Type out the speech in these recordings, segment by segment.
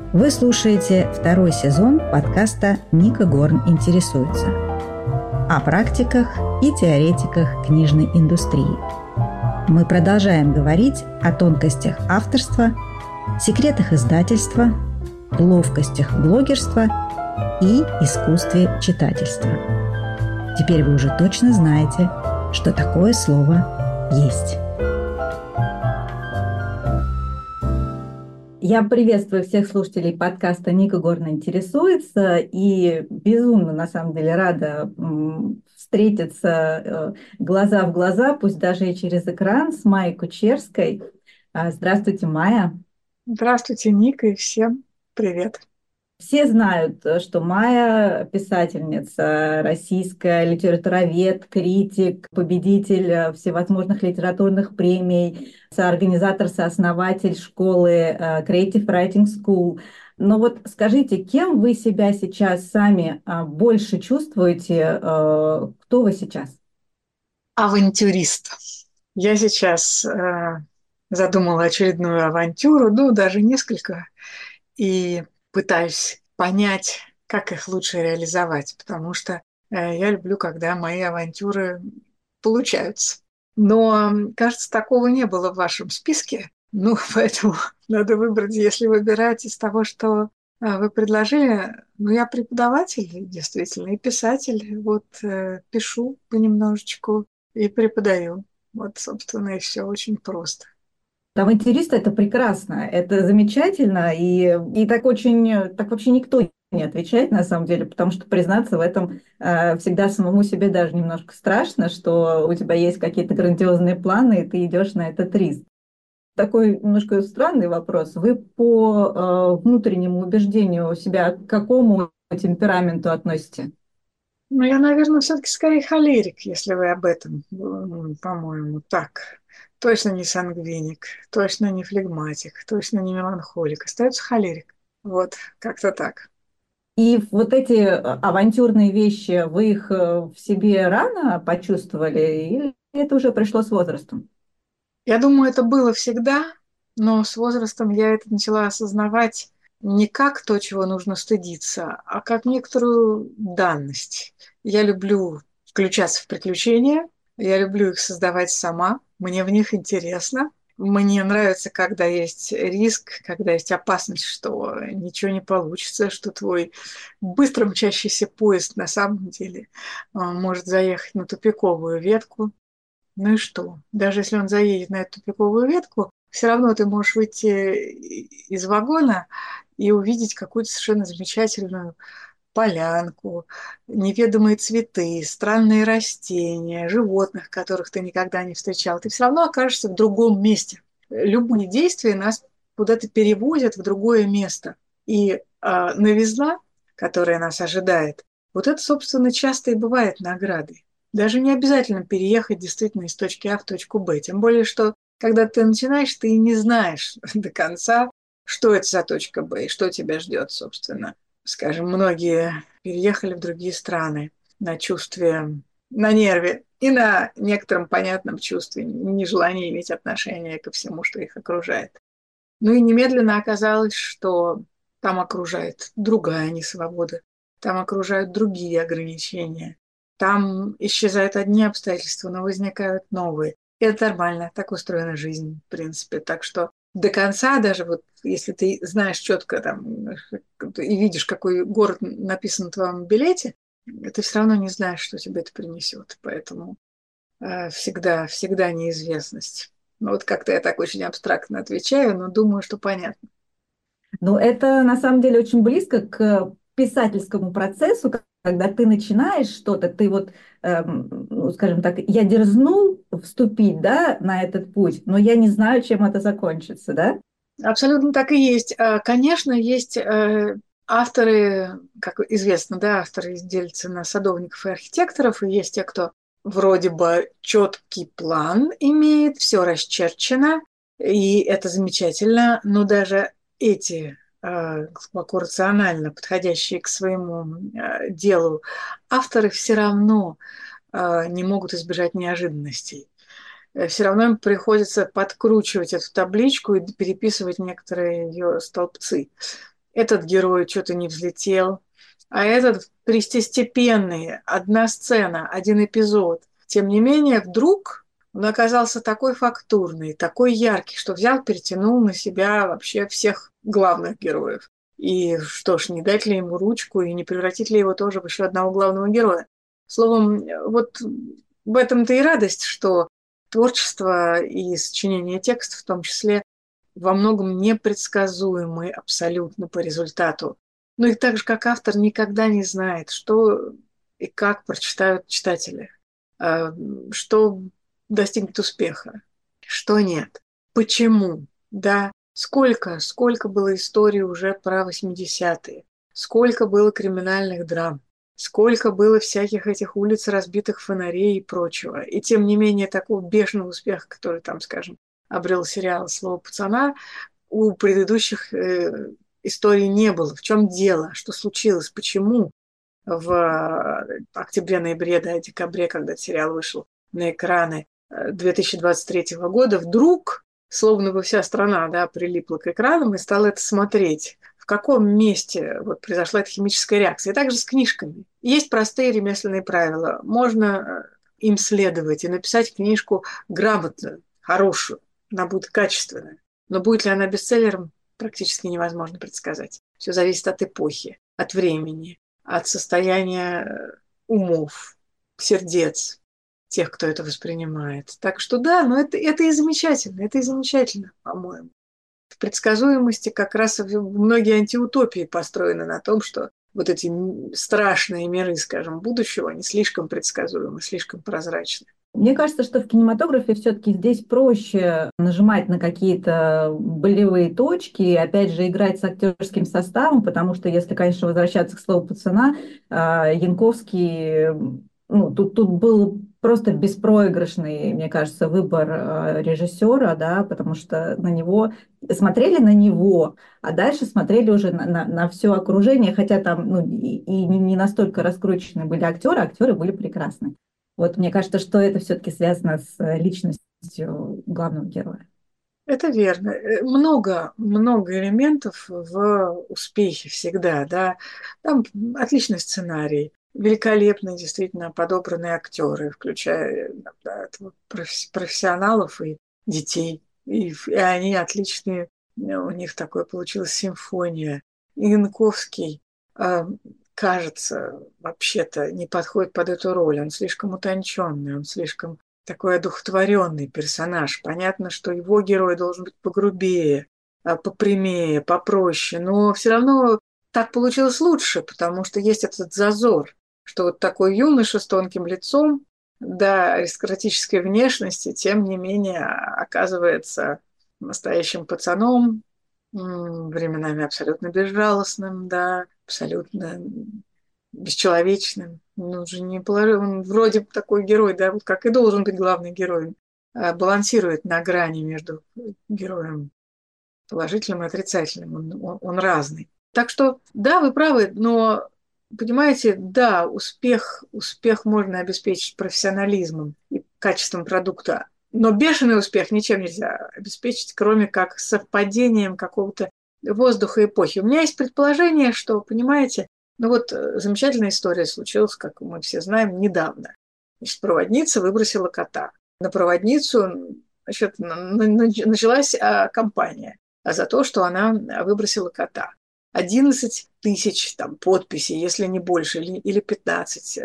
Вы слушаете второй сезон подкаста «Ника Горн интересуется» о практиках и теоретиках книжной индустрии. Мы продолжаем говорить о тонкостях авторства, секретах издательства, ловкостях блогерства и искусстве читательства. Теперь вы уже точно знаете, что такое слово «есть». Я приветствую всех слушателей подкаста «Ника Горн интересуется» и безумно, на самом деле, рада встретиться глаза в глаза, пусть даже и через экран, с Майей Кучерской. Здравствуйте, Майя. Здравствуйте, Ника, и всем привет. Все знают, что Майя – писательница, российская литературовед, критик, победитель всевозможных литературных премий, соорганизатор, сооснователь школы Creative Writing School. Но вот скажите, кем вы себя сейчас сами больше чувствуете? Кто вы сейчас? Авантюрист. Я сейчас задумала очередную авантюру, даже несколько, и пытаюсь понять, как их лучше реализовать, потому что я люблю, когда мои авантюры получаются. Но, кажется, такого не было в вашем списке, поэтому надо выбрать, если выбирать из того, что вы предложили. Я преподаватель, действительно, и писатель. Пишу понемножечку и преподаю. Собственно, и все очень просто. Авантюрист – это прекрасно, это замечательно, и так вообще никто не отвечает на самом деле, потому что признаться в этом всегда самому себе даже немножко страшно, что у тебя есть какие-то грандиозные планы, и ты идешь на этот риск. Такой немножко странный вопрос. Вы по внутреннему убеждению себя к какому темпераменту относите? Я, наверное, все-таки скорее холерик, если вы об этом, по-моему, так. Точно не сангвиник, точно не флегматик, точно не меланхолик. Остается холерик. Как-то так. И вот эти авантюрные вещи, вы их в себе рано почувствовали, или это уже пришло с возрастом? Я думаю, это было всегда, но с возрастом я это начала осознавать не как то, чего нужно стыдиться, а как некоторую данность. Я люблю включаться в приключения, я люблю их создавать сама, мне в них интересно. Мне нравится, когда есть риск, когда есть опасность, что ничего не получится, что твой быстро мчащийся поезд на самом деле может заехать на тупиковую ветку. Ну и что? Даже если он заедет на эту тупиковую ветку, все равно ты можешь выйти из вагона и увидеть какую-то совершенно замечательную полянку, неведомые цветы, странные растения, животных, которых ты никогда не встречал. Ты все равно окажешься в другом месте. Любые действия нас куда-то перевозят в другое место. И новизна, которая нас ожидает, это, собственно, часто и бывает наградой. Даже не обязательно переехать действительно из точки А в точку Б. Тем более, что когда ты начинаешь, ты не знаешь до конца, что это за точка Б и что тебя ждет, собственно. Скажем, многие переехали в другие страны на чувстве, на нерве и на некотором понятном чувстве, нежелании иметь отношение ко всему, что их окружает. И немедленно оказалось, что там окружает другая несвобода, там окружают другие ограничения, там исчезают одни обстоятельства, но возникают новые. И это нормально, так устроена жизнь, в принципе. Так что до конца, даже если ты знаешь четко там и видишь, какой город написан в твоем билете, ты все равно не знаешь, что тебе это принесет. Поэтому всегда неизвестность. Как-то я так очень абстрактно отвечаю, но думаю, что понятно. Ну, это на самом деле очень близко к писательскому процессу, когда ты начинаешь что-то, ты скажем так, я дерзнул вступить, да, на этот путь, но я не знаю, чем это закончится, да? Абсолютно так и есть. Конечно, есть авторы, как известно, да, авторы делятся на садовников и архитекторов, и есть те, кто вроде бы четкий план имеет, все расчерчено, и это замечательно, но даже эти глубоко рационально подходящие к своему делу авторы все равно не могут избежать неожиданностей. Все равно им приходится подкручивать эту табличку и переписывать некоторые ее столбцы. этот герой что-то не взлетел, а этот третьестепенный, одна сцена, один эпизод. Тем не менее, вдруг он оказался такой фактурный, такой яркий, что взял, перетянул на себя вообще всех главных героев. И что ж, не дать ли ему ручку и не превратить ли его тоже в еще одного главного героя? Словом, вот в этом-то и радость, что творчество и сочинение текстов в том числе во многом непредсказуемы абсолютно по результату. Ну и так же, как автор никогда не знает, что и как прочитают читатели, что достигнет успеха, что нет, почему, да, сколько было историй уже про 80-е, сколько было криминальных драм, сколько было всяких этих улиц, разбитых фонарей и прочего. И тем не менее такого бешеного успеха, который там, скажем, обрел сериал «Слово пацана», у предыдущих историй не было. В чем дело? Что случилось? Почему в октябре-ноябре, да, декабре, когда сериал вышел на экраны 2023 года, вдруг, словно бы вся страна, да, прилипла к экранам и стала это смотреть? В каком месте вот произошла эта химическая реакция? И также с книжками. Есть простые ремесленные правила. Можно им следовать и написать книжку грамотно, хорошую, она будет качественная. Но будет ли она бестселлером, практически невозможно предсказать. Все зависит от эпохи, от времени, от состояния умов, сердец тех, кто это воспринимает. Так что да, но это и замечательно, по-моему. В предсказуемости как раз многие антиутопии построены на том, что вот эти страшные миры, скажем, будущего, они слишком предсказуемы, слишком прозрачны. Мне кажется, что в кинематографе все-таки здесь проще нажимать на какие-то болевые точки и, опять же, играть с актерским составом, потому что, если, конечно, возвращаться к слову пацана, Янковский, ну, тут был просто беспроигрышный, мне кажется, выбор режиссера, да, потому что смотрели на него, а дальше смотрели уже на все окружение, хотя там ну, и не настолько раскручены были актеры были прекрасны. Вот мне кажется, что это все-таки связано с личностью главного героя. Это верно. Много элементов в успехе всегда, да. Там отличный сценарий, великолепные, действительно подобранные актеры, включая да, профессионалов и детей. И они отличные, у них такое получилась симфония. И Янковский, кажется, вообще-то не подходит под эту роль. Он слишком утонченный, он слишком такой одухотворенный персонаж. Понятно, что его герой должен быть погрубее, попрямее, попроще, но все равно так получилось лучше, потому что есть этот зазор, что вот такой юноша с тонким лицом, да, аристократической внешности, тем не менее оказывается настоящим пацаном, временами абсолютно безжалостным, да, абсолютно бесчеловечным. Он вроде такой герой, да, вот как и должен быть главный герой, балансирует на грани между героем положительным и отрицательным. Он разный. Так что, да, вы правы, но, понимаете, да, успех можно обеспечить профессионализмом и качеством продукта, но бешеный успех ничем нельзя обеспечить, кроме как совпадением какого-то воздуха эпохи. У меня есть предположение, что, понимаете, ну вот замечательная история случилась, как мы все знаем, недавно. Значит, проводница выбросила кота. На проводницу, значит, началась кампания за то, что она выбросила кота. 11 тысяч там, подписей, если не больше, или 15,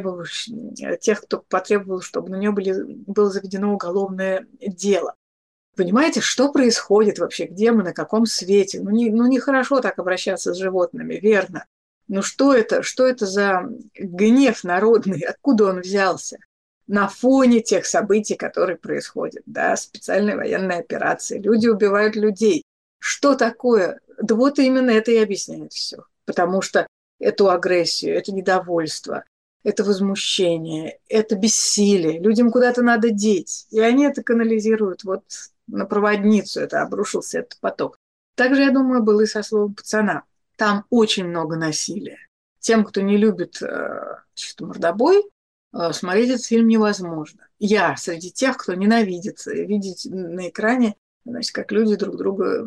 тех, кто потребовал, чтобы на нее было заведено уголовное дело. Понимаете, что происходит вообще, где мы, на каком свете? Нехорошо так обращаться с животными, верно. Но что это за гнев народный, откуда он взялся? На фоне тех событий, которые происходят, да, специальная военная операция, люди убивают людей. Что такое? Да вот именно это и объясняет все. Потому что эту агрессию, это недовольство, это возмущение, это бессилие. Людям куда-то надо деть. И они это канализируют вот на проводницу, это обрушился этот поток. Также, я думаю, было и со словом пацана. Там очень много насилия. Тем, кто не любит мордобой, смотреть этот фильм невозможно. Я среди тех, кто ненавидит видеть на экране, значит, как люди друг друга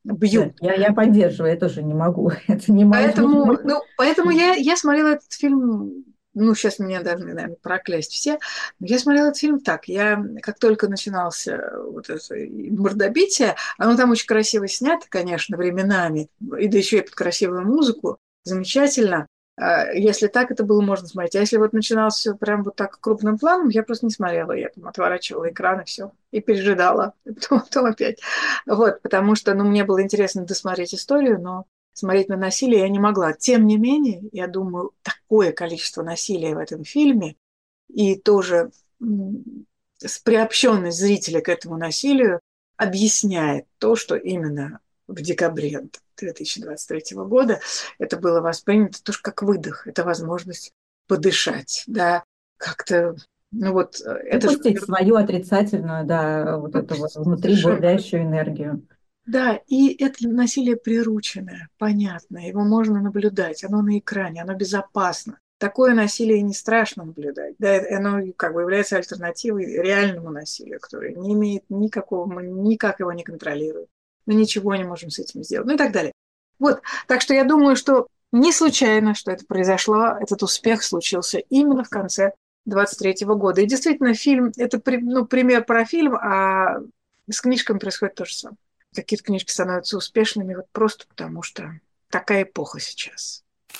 Да, бьют. я поддерживаю, я тоже не могу. Это не мое. Поэтому я смотрела этот фильм, ну, сейчас меня должны, наверное, проклясть все, но я смотрела этот фильм так. Я, как только начинался вот это мордобитие, оно там очень красиво снято, конечно, временами, и да еще и под красивую музыку, замечательно. Если так, это было можно смотреть. А если вот начиналось все прям вот так крупным планом, я просто не смотрела. Я там отворачивала экран и все. И пережидала. Потом опять. Вот, потому что, ну, мне было интересно досмотреть историю, но смотреть на насилие я не могла. Тем не менее, я думаю, такое количество насилия в этом фильме и тоже приобщенность зрителя к этому насилию объясняет то, что именно в декабре 2023 года это было воспринято тоже как выдох, это возможность подышать, да, как-то, ну вот, это же, Выпустить свою отрицательную, да, вот эту вот внутри совершенно. бурлящую энергию. Да, и это насилие прирученное, понятное, его можно наблюдать, оно на экране, оно безопасно. Такое насилие не страшно наблюдать, да, оно как бы является альтернативой реальному насилию, которое не имеет никакого, мы никак его не контролируем, мы ничего не можем с этим сделать, ну и так далее. Вот, так что я думаю, что не случайно, что это произошло, этот успех случился именно в конце 23 года. И действительно, фильм, это ну, пример про фильм, а с книжками происходит то же самое. Какие-то книжки становятся успешными вот просто потому, что такая эпоха сейчас.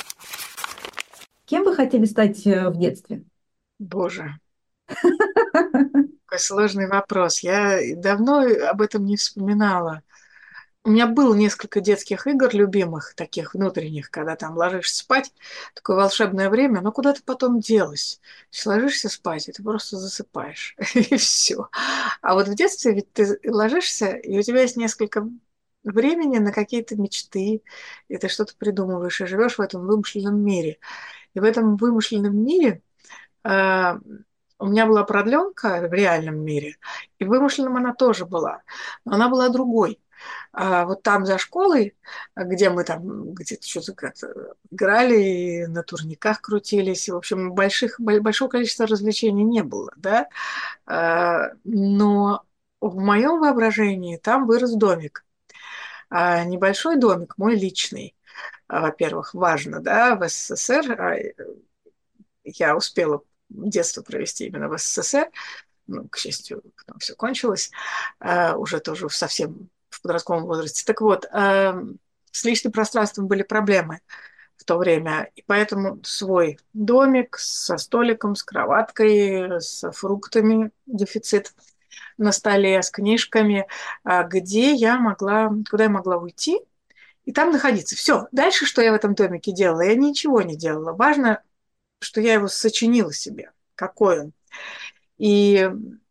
Кем вы хотели стать в детстве? Боже, какой сложный вопрос. Я давно об этом не вспоминала. У меня было несколько детских игр любимых, таких внутренних, когда там ложишься спать, такое волшебное время, но куда ты потом делась? Если ложишься спать, и ты просто засыпаешь, и все. А вот в детстве ведь ты ложишься, и у тебя есть несколько времени на какие-то мечты, и ты что-то придумываешь, и живешь в этом вымышленном мире. И в этом вымышленном мире э, у меня была продленка в реальном мире, и в вымышленном она тоже была, но она была другой. Вот там за школой, где мы там где-то что-то как-то играли, и на турниках крутились, и, в общем, большого количества развлечений не было, да, но в моем воображении там вырос домик. Небольшой домик, мой личный, во-первых, важно, да, в СССР я успела детство провести именно в СССР, ну, к счастью, потом все кончилось, уже тоже совсем в подростковом возрасте. Так вот, с личным пространством были проблемы в то время, и поэтому свой домик со столиком, с кроваткой, с фруктами, дефицит на столе, с книжками, куда я могла уйти и там находиться. Все. Дальше, что я в этом домике делала? Я ничего не делала. Важно, что я его сочинила себе, какой он. И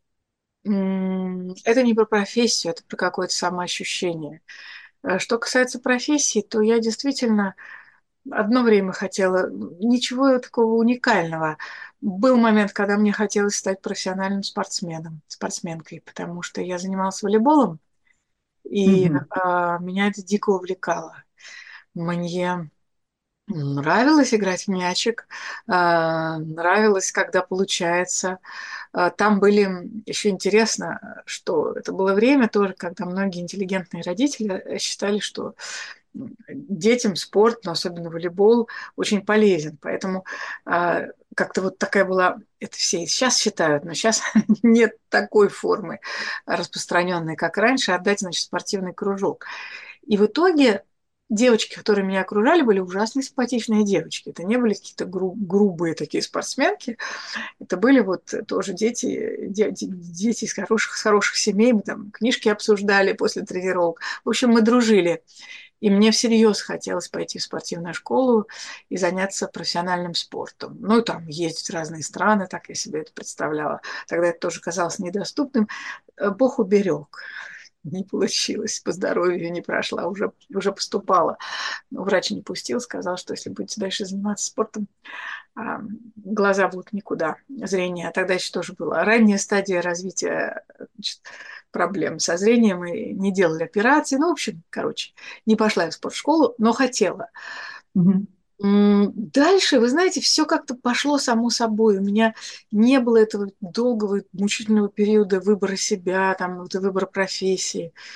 это не про профессию, это про какое-то самоощущение. Что касается профессии, то я действительно одно время хотела ничего такого уникального. Был момент, когда мне хотелось стать профессиональным спортсменом, спортсменкой, потому что я занималась волейболом, и Мгм. меня это дико увлекало. Мне нравилось играть в мячик, нравилось, когда получается. Там были еще интересно, что это было время тоже, когда многие интеллигентные родители считали, что детям спорт, но особенно волейбол, очень полезен. Поэтому как-то вот такая была, это все и сейчас считают, но сейчас нет такой формы распространенной, как раньше, отдать, значит, спортивный кружок. И в итоге девочки, которые меня окружали, были ужасно симпатичные девочки. Это не были какие-то грубые такие спортсменки. Это были вот тоже дети с хороших семей. Мы там книжки обсуждали после тренировок. В общем, мы дружили. И мне всерьез хотелось пойти в спортивную школу и заняться профессиональным спортом. Ну, там ездить в разные страны, так я себе это представляла. Тогда это тоже казалось недоступным. Бог уберег. Не получилось, по здоровью не прошла, уже поступала. Но врач не пустил, сказал, что если будете дальше заниматься спортом, глаза будут никуда, зрение. А тогда еще тоже была ранняя стадия развития, значит, проблем со зрением, и не делали операции. Ну, в общем, короче, не пошла я в спортшколу, но хотела. Мгм. Дальше, вы знаете, все как-то пошло само собой. У меня не было этого долгого, мучительного периода выбора себя, там, вот, выбора профессии.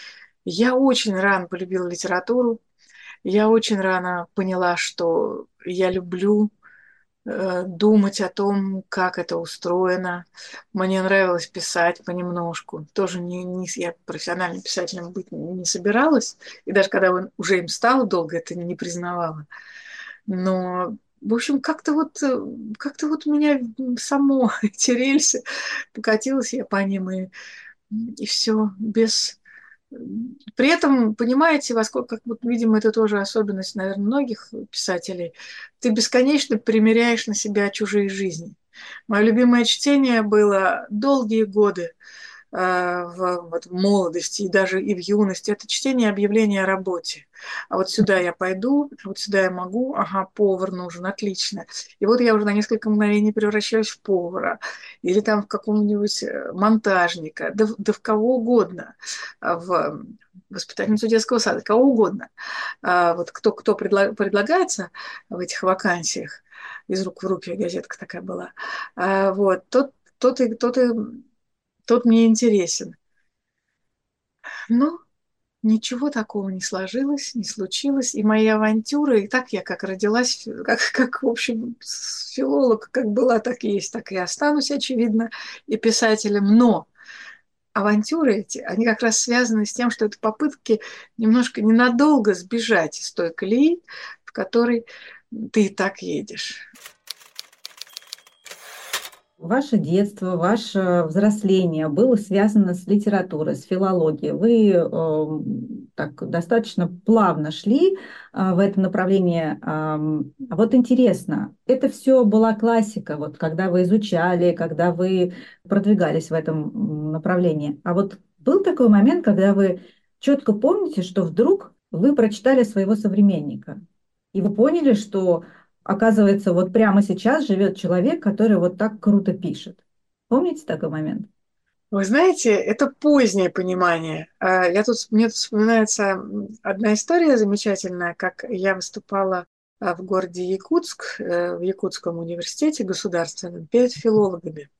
Я очень рано полюбила литературу. Я очень рано поняла, что я люблю думать о том, как это устроено. Мне нравилось писать понемножку. Тоже я профессиональным писателем быть не собиралась. И даже когда уже им стала долго, это не признавала. Но, в общем, как-то вот у меня само эти рельсы покатилась я по ним, и все без... При этом, понимаете, во сколько, как вот, видимо, это тоже особенность, наверное, многих писателей, ты бесконечно примеряешь на себя чужие жизни. Мое любимое чтение было долгие годы вот в молодости и даже и в юности. Это чтение объявления о работе. А вот сюда я пойду, а вот сюда я могу, ага, повар нужен, отлично. И вот я уже на несколько мгновений превращаюсь в повара или там в какого-нибудь монтажника, да в кого угодно, в воспитательницу детского сада, кого угодно. Вот кто предлагается в этих вакансиях, из рук в руки газетка такая была, вот, тот мне интересен. Но ничего такого не сложилось, не случилось. И мои авантюры, и так я как родилась, как в общем, филолог, как была, так и есть, так и останусь, очевидно, и писателем. Но авантюры эти, они как раз связаны с тем, что это попытки немножко ненадолго сбежать из той колеи, в которой ты и так едешь. Ваше детство, ваше взросление было связано с литературой, с филологией. Вы так достаточно плавно шли в это направление. А вот интересно, это все была классика, вот когда вы изучали, когда вы продвигались в этом направлении. А вот был такой момент, когда вы четко помните, что вдруг вы прочитали своего современника, и вы поняли, что оказывается, вот прямо сейчас живет человек, который вот так круто пишет. Помните такой момент? Вы знаете, это позднее понимание. Мне тут вспоминается одна история замечательная, как я выступала в городе Якутск, в Якутском университете государственном, перед филологами.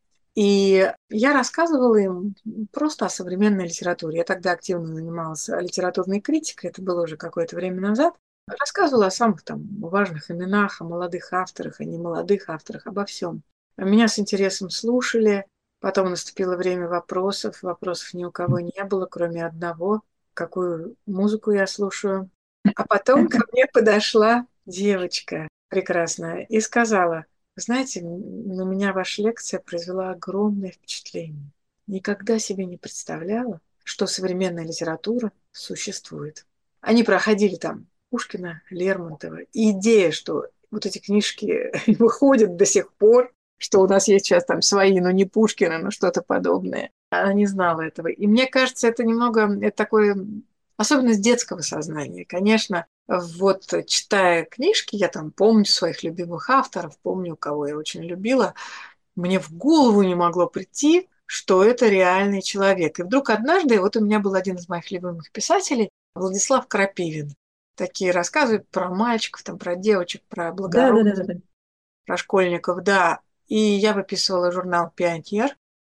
И я рассказывала им просто о современной литературе. Я тогда активно занималась литературной критикой, это было уже какое-то время назад. Рассказывала о самых там важных именах, о молодых авторах, о немолодых авторах, обо всем. Меня с интересом слушали. Потом наступило время вопросов. Вопросов ни у кого не было, кроме одного, какую музыку я слушаю. А потом ко мне подошла девочка прекрасная и сказала: «Вы знаете, на меня ваша лекция произвела огромное впечатление. Никогда себе не представляла, что современная литература существует». Они проходили там Пушкина, Лермонтова. И идея, что вот эти книжки выходят до сих пор, что у нас есть сейчас там свои, но не Пушкина, но что-то подобное. Она не знала этого. И мне кажется, это немного, это такое, особенность детского сознания. Конечно, вот читая книжки, я там помню своих любимых авторов, помню, кого я очень любила, мне в голову не могло прийти, что это реальный человек. И вдруг однажды, вот у меня был один из моих любимых писателей, Владислав Крапивин. Такие рассказы про мальчиков, там, про девочек, про Да, да, да, благородных, да, да. про школьников, да. И я выписывала журнал «Пионер».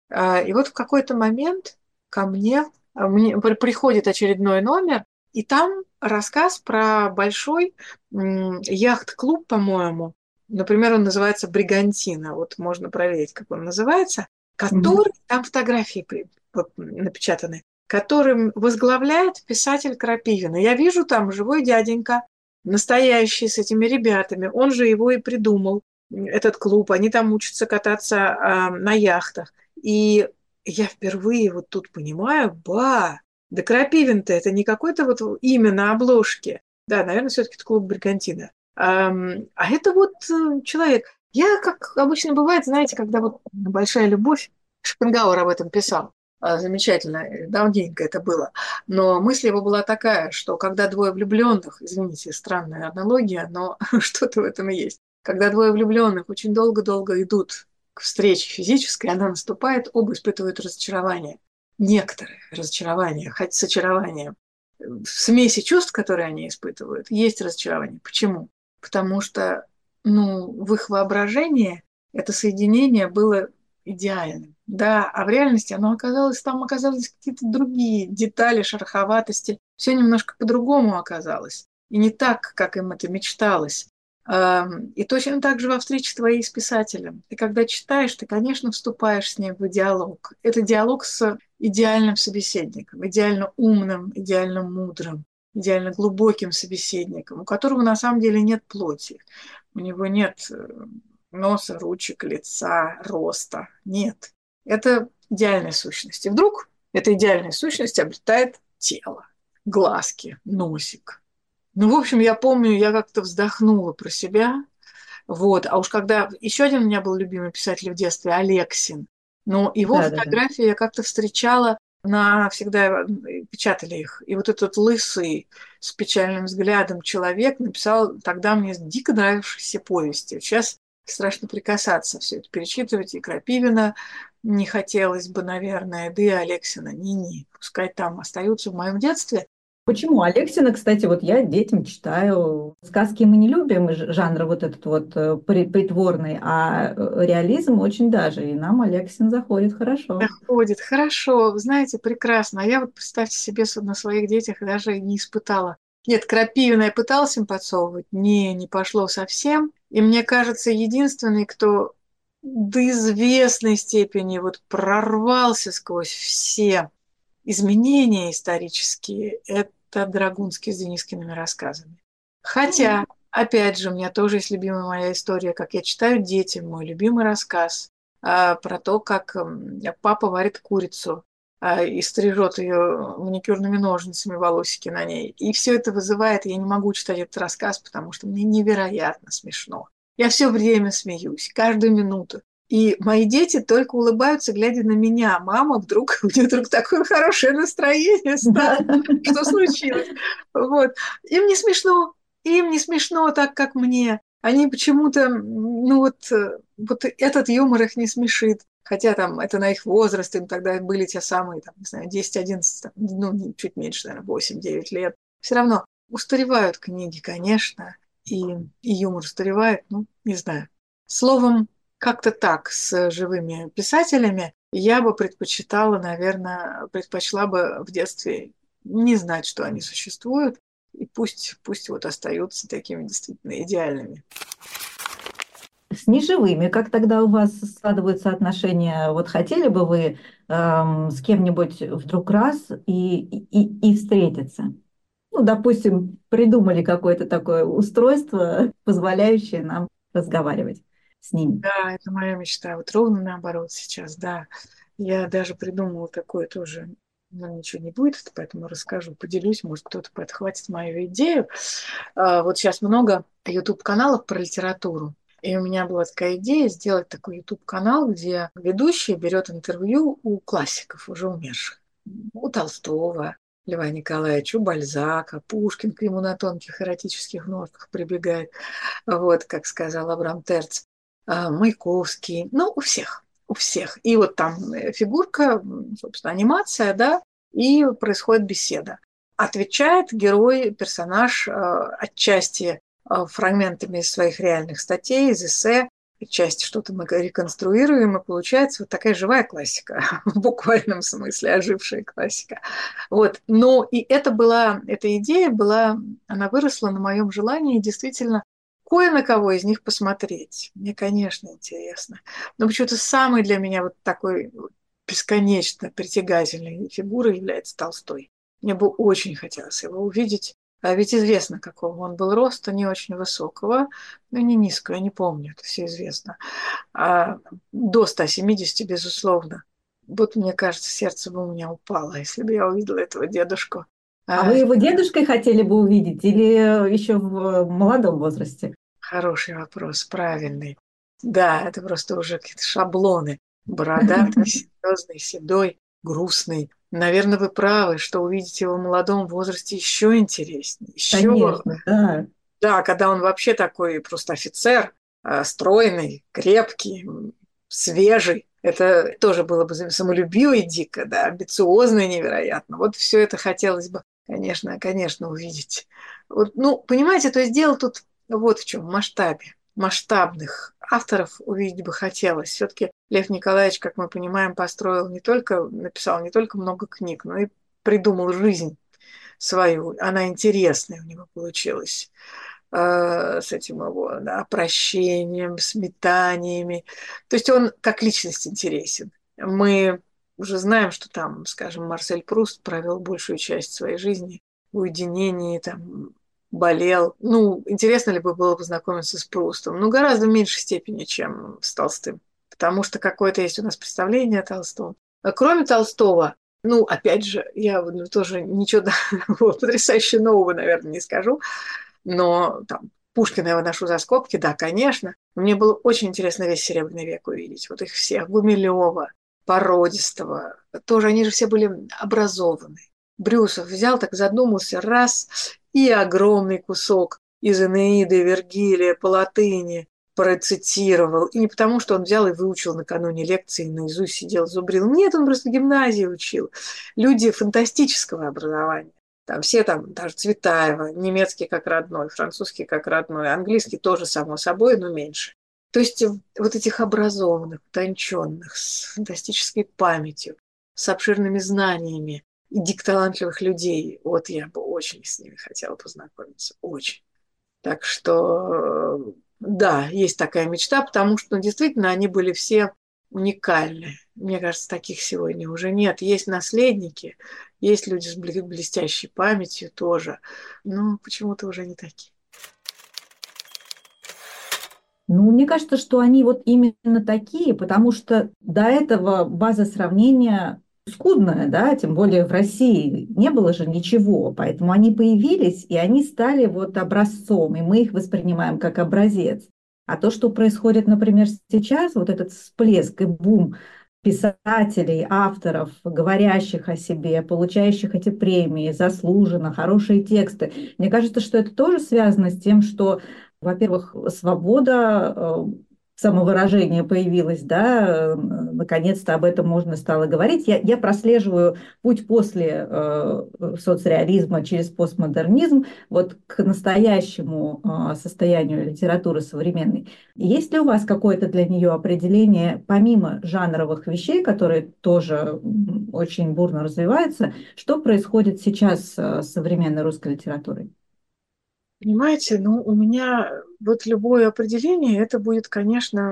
И вот в какой-то момент ко мне приходит очередной номер, и там рассказ про большой яхт-клуб, по-моему. Например, он называется «Бригантина». Вот можно проверить, как он называется. Мгм. Который, там фотографии вот напечатаны, которым возглавляет писатель Крапивин. И я вижу там живой дяденька, настоящий, с этими ребятами. Он же его и придумал, этот клуб. Они там учатся кататься на яхтах. И я впервые вот тут понимаю, да Крапивин-то это не какое-то вот имя на обложке. Да, наверное, все-таки это клуб Бригантина. А это вот человек. Я, как обычно бывает, знаете, когда вот большая любовь, Шопенгауэр об этом писал, замечательно, давненько это было. Но мысль его была такая, что когда двое влюбленных, извините, странная аналогия, но что-то в этом и есть, когда двое влюбленных очень долго-долго идут к встрече физической, она наступает, оба испытывают разочарование. Некоторые разочарование, хоть с очарованием. В смеси чувств, которые они испытывают, есть разочарование. Почему? Потому что, ну, в их воображении это соединение было идеальным. Да, а в реальности оно оказалось, там оказались какие-то другие детали, шероховатости. Все немножко по-другому оказалось. И не так, как им это мечталось. И точно так же во встрече твоей с писателем. Ты когда читаешь, ты, конечно, вступаешь с ним в диалог. Это диалог с идеальным собеседником, идеально умным, идеально мудрым, идеально глубоким собеседником, у которого на самом деле нет плоти. У него нет носа, ручек, лица, роста. Нет. Это идеальная сущность. И вдруг эта идеальная сущность обретает тело, глазки, носик. Ну, в общем, я помню, я как-то вздохнула про себя. Вот. А уж когда... Еще один у меня был любимый писатель в детстве, Алексин. Но его Да-да-да. фотографии я как-то встречала на... Всегда печатали их. И вот этот лысый с печальным взглядом человек написал тогда мне дико нравившиеся повести. Сейчас страшно прикасаться, все это перечитывать. И Крапивина не хотелось бы, наверное, да и Алексина. Не-не, пускай там остаются в моем детстве. Почему? Алексина, кстати, вот я детям читаю. Сказки мы не любим, жанр вот этот вот притворный, а реализм очень даже. И нам Алексин заходит хорошо. Доходит. Хорошо, вы знаете, прекрасно. А я вот, представьте себе, на своих детях даже и не испытала. Нет, Крапивина я пыталась им подсовывать, не пошло совсем. И мне кажется, единственный, кто до известной степени вот прорвался сквозь все изменения исторические, это Драгунский с Денискиными рассказами. Хотя, опять же, у меня тоже есть любимая моя история, как я читаю детям мой любимый рассказ про то, как папа варит курицу и стрижет ее маникюрными ножницами волосики на ней. И все это вызывает, я не могу читать этот рассказ, потому что мне невероятно смешно. Я все время смеюсь, каждую минуту. И мои дети только улыбаются, глядя на меня. Мама, вдруг, у нее вдруг такое хорошее настроение стало. Да. Что случилось? Вот. Им не смешно так, как мне. Они почему-то, ну вот этот юмор их не смешит. Хотя там это на их возраст, им тогда были те самые, там, не знаю, 10-11, ну, чуть меньше, наверное, 8-9 лет. Все равно устаревают книги, конечно, и юмор устаревает, ну, не знаю. Словом, как-то так с живыми писателями я бы предпочитала, наверное, предпочла бы в детстве не знать, что они существуют, и пусть вот остаются такими действительно идеальными. С неживыми, как тогда у вас складываются отношения? Вот хотели бы вы с кем-нибудь вдруг раз и встретиться? Ну, допустим, придумали какое-то такое устройство, позволяющее нам разговаривать с ними. Да, это моя мечта. Вот ровно наоборот сейчас, да. Я даже придумала такое тоже, но ничего не будет, поэтому расскажу, поделюсь, может, кто-то подхватит мою идею. Вот сейчас много YouTube-каналов про литературу. И у меня была такая идея сделать такой YouTube-канал, где ведущий берет интервью у классиков, уже умерших. У Толстого, Льва Николаевича, у Бальзака, Пушкин к нему на тонких эротических ножках прибегает, вот, как сказал Абрам Терц, Маяковский, ну, у всех, у всех. И вот там фигурка, собственно, анимация, да, и происходит беседа. Отвечает герой, персонаж отчасти фрагментами из своих реальных статей, из эссе, отчасти что-то мы реконструируем, и получается вот такая живая классика, в буквальном смысле ожившая классика. Вот. Но и эта идея была, она выросла на моем желании действительно кое на кого из них посмотреть. Мне, конечно, интересно. Но почему-то самый для меня вот такой бесконечно притягательной фигурой является Толстой. Мне бы очень хотелось его увидеть. А ведь известно, какого он был роста, не очень высокого, но не низкого, я не помню, это все известно. До 170, безусловно. Вот, мне кажется, сердце бы у меня упало, если бы я увидела этого дедушку. А А, вы его дедушкой хотели бы увидеть или еще в молодом возрасте? Хороший вопрос, правильный. Да, это просто уже какие-то шаблоны. Бородатый, серьезный, седой, грустный. Наверное, вы правы, что увидеть его в молодом возрасте еще интереснее. Еще, Конечно, да. да, когда он вообще такой просто офицер, стройный, крепкий, свежий. Это тоже было бы самолюбиво и дико, да, амбициозно и невероятно. Вот все это хотелось бы, конечно, увидеть. Вот, ну, понимаете, то есть дело тут вот в чем, в масштабе. Масштабных авторов увидеть бы хотелось. Все-таки Лев Николаевич, как мы понимаем, написал не только много книг, но и придумал жизнь свою. Она интересная у него получилась с этим его, да, прощением, с метаниями. То есть он как личность интересен. Мы уже знаем, что там, скажем, Марсель Пруст провел большую часть своей жизни в уединении, там, болел. Ну, интересно ли бы было познакомиться с Прустом? Ну, гораздо в меньшей степени, чем с Толстым. Потому что какое-то есть у нас представление о Толстом. А кроме Толстого, ну, опять же, я тоже ничего потрясающе нового, наверное, не скажу, но там Пушкина я выношу за скобки, да, конечно. Мне было очень интересно весь Серебряный век увидеть. Вот их всех. Гумилева, Породистого. Тоже они же все были образованы. Брюсов взял, так задумался, раз, и огромный кусок из Энеиды, Вергилия по латыни процитировал. И не потому, что он взял и выучил накануне лекции, наизусть сидел, зубрил. Нет, он просто в гимназии учил. Люди фантастического образования. Там все там, даже Цветаева, немецкий как родной, французский как родной, английский тоже, само собой, но меньше. То есть вот этих образованных, утонченных, с фантастической памятью, с обширными знаниями и дикталантливых людей, вот я бы очень с ними хотела познакомиться, очень. Так что, да, есть такая мечта, потому что действительно они были все уникальны. Мне кажется, таких сегодня уже нет. Есть наследники, есть люди с блестящей памятью тоже, но почему-то уже не такие. Ну, мне кажется, что они вот именно такие, потому что до этого база сравнения скудная, да, тем более в России не было же ничего, поэтому они появились, и они стали вот образцом, и мы их воспринимаем как образец. А то, что происходит, например, сейчас, вот этот всплеск и бум писателей, авторов, говорящих о себе, получающих эти премии, заслуженно, хорошие тексты, мне кажется, что это тоже связано с тем, что во-первых, свобода самовыражения появилась, да, наконец-то об этом можно стало говорить. Я прослеживаю путь после соцреализма через постмодернизм вот к настоящему состоянию литературы современной. Есть ли у вас какое-то для нее определение, помимо жанровых вещей, которые тоже очень бурно развиваются, что происходит сейчас с современной русской литературой? Понимаете, ну, у меня вот любое определение, это будет, конечно,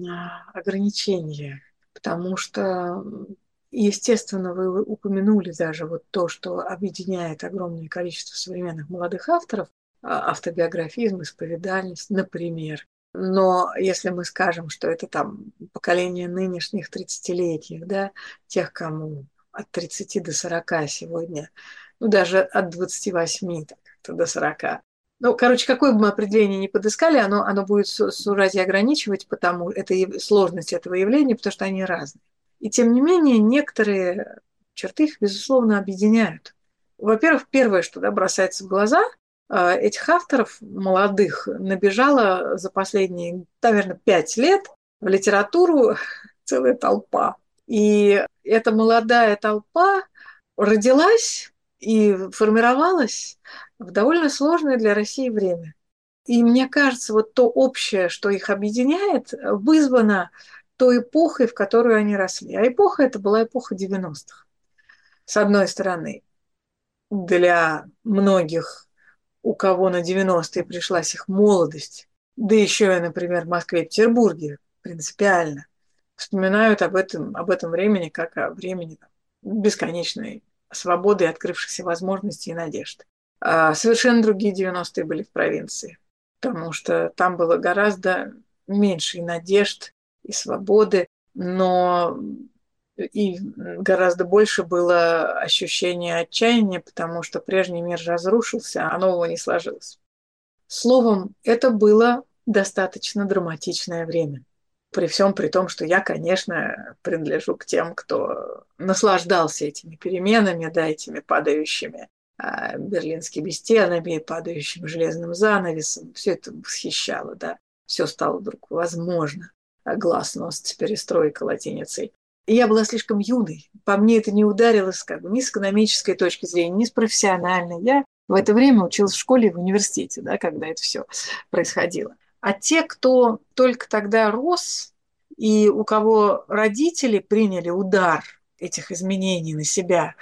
ограничение, потому что, естественно, вы упомянули даже вот то, что объединяет огромное количество современных молодых авторов, автобиографизм, исповедальность, например. Но если мы скажем, что это там поколение нынешних 30-летних, да, тех, кому от 30 до 40 сегодня, ну, даже от 28 так, до 40, ну, короче, какое бы мы определение ни подыскали, оно будет сужать и ограничивать, потому это сложность этого явления, потому что они разные. И тем не менее, некоторые черты их, безусловно, объединяют. Во-первых, первое, что, да, бросается в глаза, этих авторов молодых набежало за последние, наверное, 5 лет в литературу целая толпа. И эта молодая толпа родилась и формировалась в довольно сложное для России время. И мне кажется, вот то общее, что их объединяет, вызвано той эпохой, в которую они росли. А эпоха это была эпоха 90-х. С одной стороны, для многих, у кого на 90-е пришлась их молодость, да еще и, например, в Москве и Петербурге, принципиально, вспоминают об этом времени как о времени бесконечной свободы, открывшихся возможностей и надежд. А совершенно другие 90-е были в провинции, потому что там было гораздо меньше и надежд, и свободы, но и гораздо больше было ощущение отчаяния, потому что прежний мир разрушился, а нового не сложилось. Словом, это было достаточно драматичное время. При всем при том, что я, конечно, принадлежу к тем, кто наслаждался этими переменами, да, этими падающими берлинскими стенами, падающим железным занавесом. Все это восхищало, да. Все стало вдруг возможно. Гласность, перестройка латиницей. И я была слишком юной. По мне это не ударилось как бы ни с экономической точки зрения, ни с профессиональной. Я в это время училась в школе и в университете, да, когда это все происходило. А те, кто только тогда рос, И у кого родители приняли удар этих изменений на себя,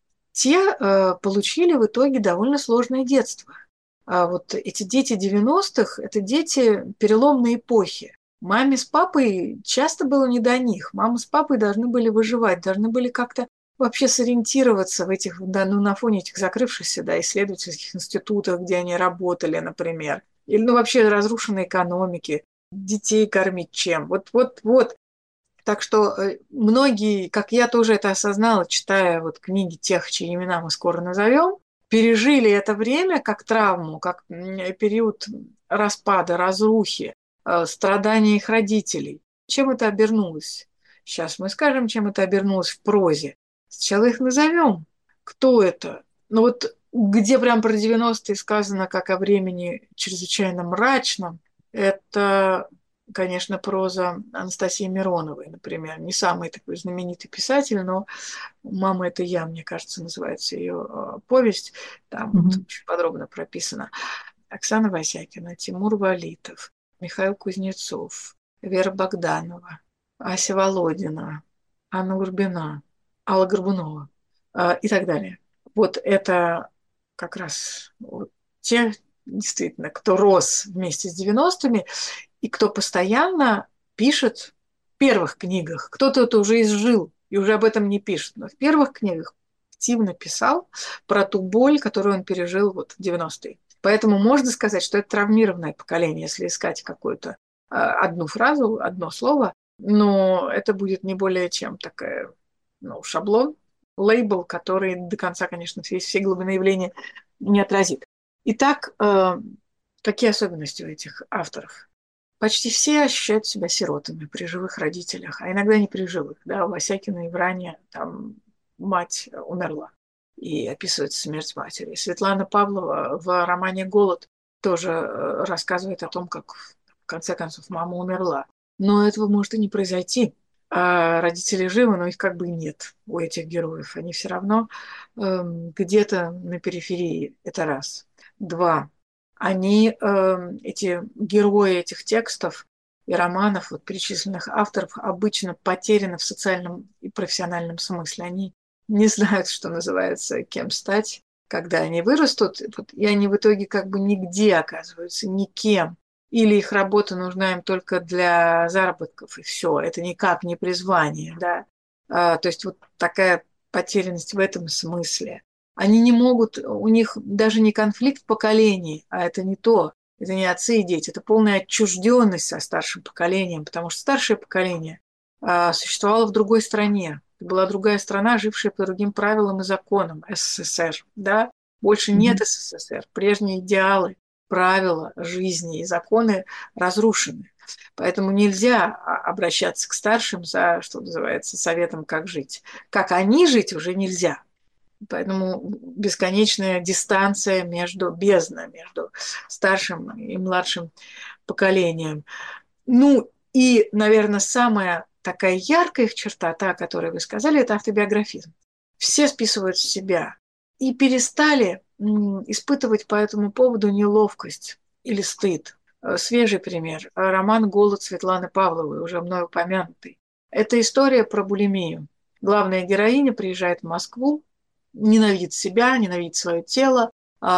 те получили в итоге довольно сложное детство. А вот эти дети 90-х – это дети переломной эпохи. Маме с папой часто было не до них. Мама с папой должны были выживать, должны были как-то вообще сориентироваться в этих, да, ну, на фоне этих закрывшихся, да, исследовательских институтах, где они работали, например. Или, ну, вообще разрушенной экономики, детей кормить чем. Вот. Так что многие, как я тоже это осознала, читая вот книги тех, чьи имена мы скоро назовем, пережили это время как травму, как период распада, разрухи, страдания их родителей. Чем это обернулось? Сейчас мы скажем, чем это обернулось в прозе. Сначала их назовем. Кто это? Ну вот где прям про 90-е сказано как о времени чрезвычайно мрачном, это, конечно, проза Анастасии Мироновой, например. Не самый такой знаменитый писатель, но «Мама, это я», мне кажется, называется ее повесть. Там вот Мгм. очень подробно прописано. Оксана Васякина, Тимур Валитов, Михаил Кузнецов, Вера Богданова, Ася Володина, Анна Гурбина, Алла Горбунова и так далее. Вот это как раз вот те, действительно, кто рос вместе с 90-ми и кто постоянно пишет в первых книгах. Кто-то это уже изжил и уже об этом не пишет, но в первых книгах активно писал про ту боль, которую он пережил вот в 90-е. Поэтому можно сказать, что это травмированное поколение, если искать какую-то одну фразу, одно слово, но это будет не более чем такая, ну, шаблон, лейбл, который до конца, конечно, все глубины явления не отразит. Итак, какие особенности у этих авторов? Почти все ощущают себя сиротами при живых родителях, а иногда не при живых. Да, у Васякина и Вране там мать умерла, и описывается смерть матери. Светлана Павлова в романе «Голод» тоже рассказывает о том, как в конце концов мама умерла. Но этого может и не произойти. А родители живы, но их как бы нет у этих героев. Они все равно где-то на периферии. Это раз. Два. Они, эти герои этих текстов и романов, вот перечисленных авторов, обычно потеряны в социальном и профессиональном смысле. Они не знают, что называется, кем стать, когда они вырастут, и они в итоге как бы нигде оказываются, никем. Или их работа нужна им только для заработков, и все. Это никак не призвание, да. То есть вот такая потерянность в этом смысле. Они не могут, у них даже не конфликт поколений, а это не то. Это не отцы и дети, это полная отчужденность со старшим поколением, потому что старшее поколение существовало в другой стране. Это была другая страна, жившая по другим правилам и законам, СССР. Да? Больше нет Мгм. СССР. Прежние идеалы, правила жизни и законы разрушены. Поэтому нельзя обращаться к старшим за, что называется, советом, как жить. Как они жить уже нельзя. Поэтому бесконечная дистанция между бездна, между старшим и младшим поколением. Ну и, наверное, самая такая яркая их черта, та, о которой вы сказали, это автобиографизм. Все списывают с себя и перестали испытывать по этому поводу неловкость или стыд. Свежий пример. Роман «Голод» Светланы Павловой, уже мной упомянутый. Это история про булимию. Главная героиня приезжает в Москву, ненавидит себя, ненавидит свое тело,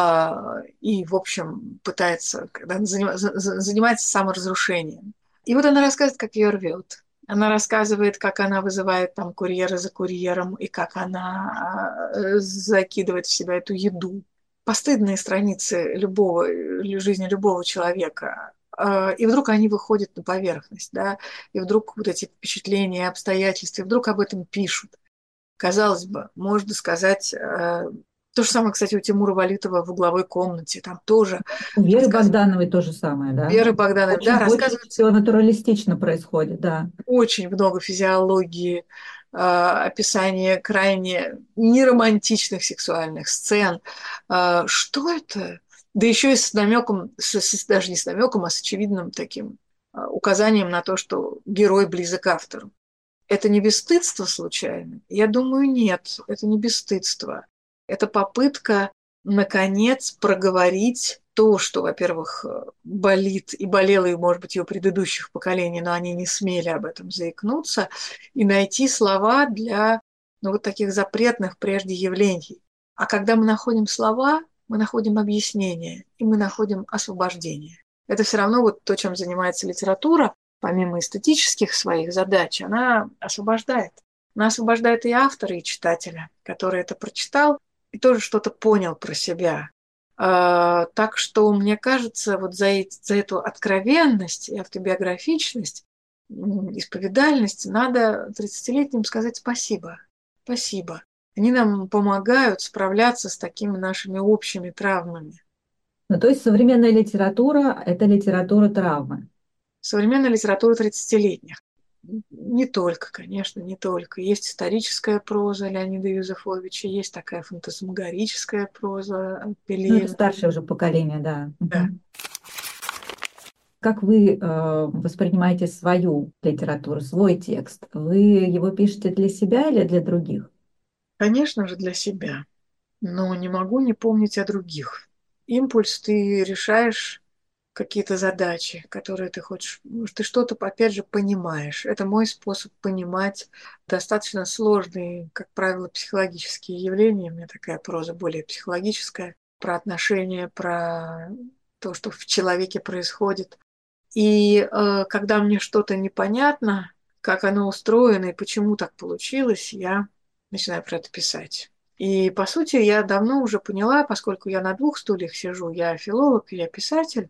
и, в общем, пытается, когда она занимается саморазрушением. И вот она рассказывает, как ее рвет. Она рассказывает, как она вызывает там курьера за курьером, и как она закидывает в себя эту еду. Постыдные страницы любого, жизни любого человека. И вдруг они выходят на поверхность, да, и вдруг вот эти впечатления, обстоятельства, и вдруг об этом пишут. Казалось бы, можно сказать, то же самое, кстати, у Тимура Валитова в угловой комнате. Там тоже У Веры рассказывают. Богдановой то же самое, да? Веры Богдановой, да, Очень, очень рассказывается все натуралистично происходит, да. очень много физиологии, описания крайне неромантичных сексуальных сцен. Что это? Да еще и с намеком, даже не с намеком, а с очевидным таким указанием на то, что герой близок к автору. Это не бесстыдство случайно? Я думаю, нет, это не бесстыдство. Это попытка, наконец, проговорить то, что, во-первых, болит и болело, и, может быть, и у предыдущих поколений, но они не смели об этом заикнуться, и найти слова для ну, вот таких запретных прежде явлений. А когда мы находим слова, мы находим объяснение, и мы находим освобождение. Это все равно вот то, чем занимается литература, помимо эстетических своих задач, она освобождает. Она освобождает и автора, и читателя, который это прочитал и тоже что-то понял про себя. Так что, мне кажется, вот за эту откровенность и автобиографичность, исповедальность надо 30-летним сказать спасибо. Спасибо. Они нам помогают справляться с такими нашими общими травмами. Ну, то есть современная литература – это литература травмы. Современная литература 30-летних. Не только, конечно, не только. Есть историческая проза Леонида Юзефовича, есть такая фантасмагорическая проза Ну, это Пелевина. старшее уже поколение, да. Да. Мгм. Как вы воспринимаете свою литературу, свой текст? Вы его пишете для себя или для других? Конечно же, для себя. Но не могу не помнить о других. Импульс ты решаешь какие-то задачи, которые ты хочешь. Ты что-то, опять же, понимаешь. Это мой способ понимать достаточно сложные, как правило, психологические явления. У меня такая проза более психологическая, про отношения, про то, что в человеке происходит. И когда мне что-то непонятно, как оно устроено и почему так получилось, я начинаю про это писать. И, по сути, я давно уже поняла, поскольку я на двух стульях сижу, я филолог и я писатель,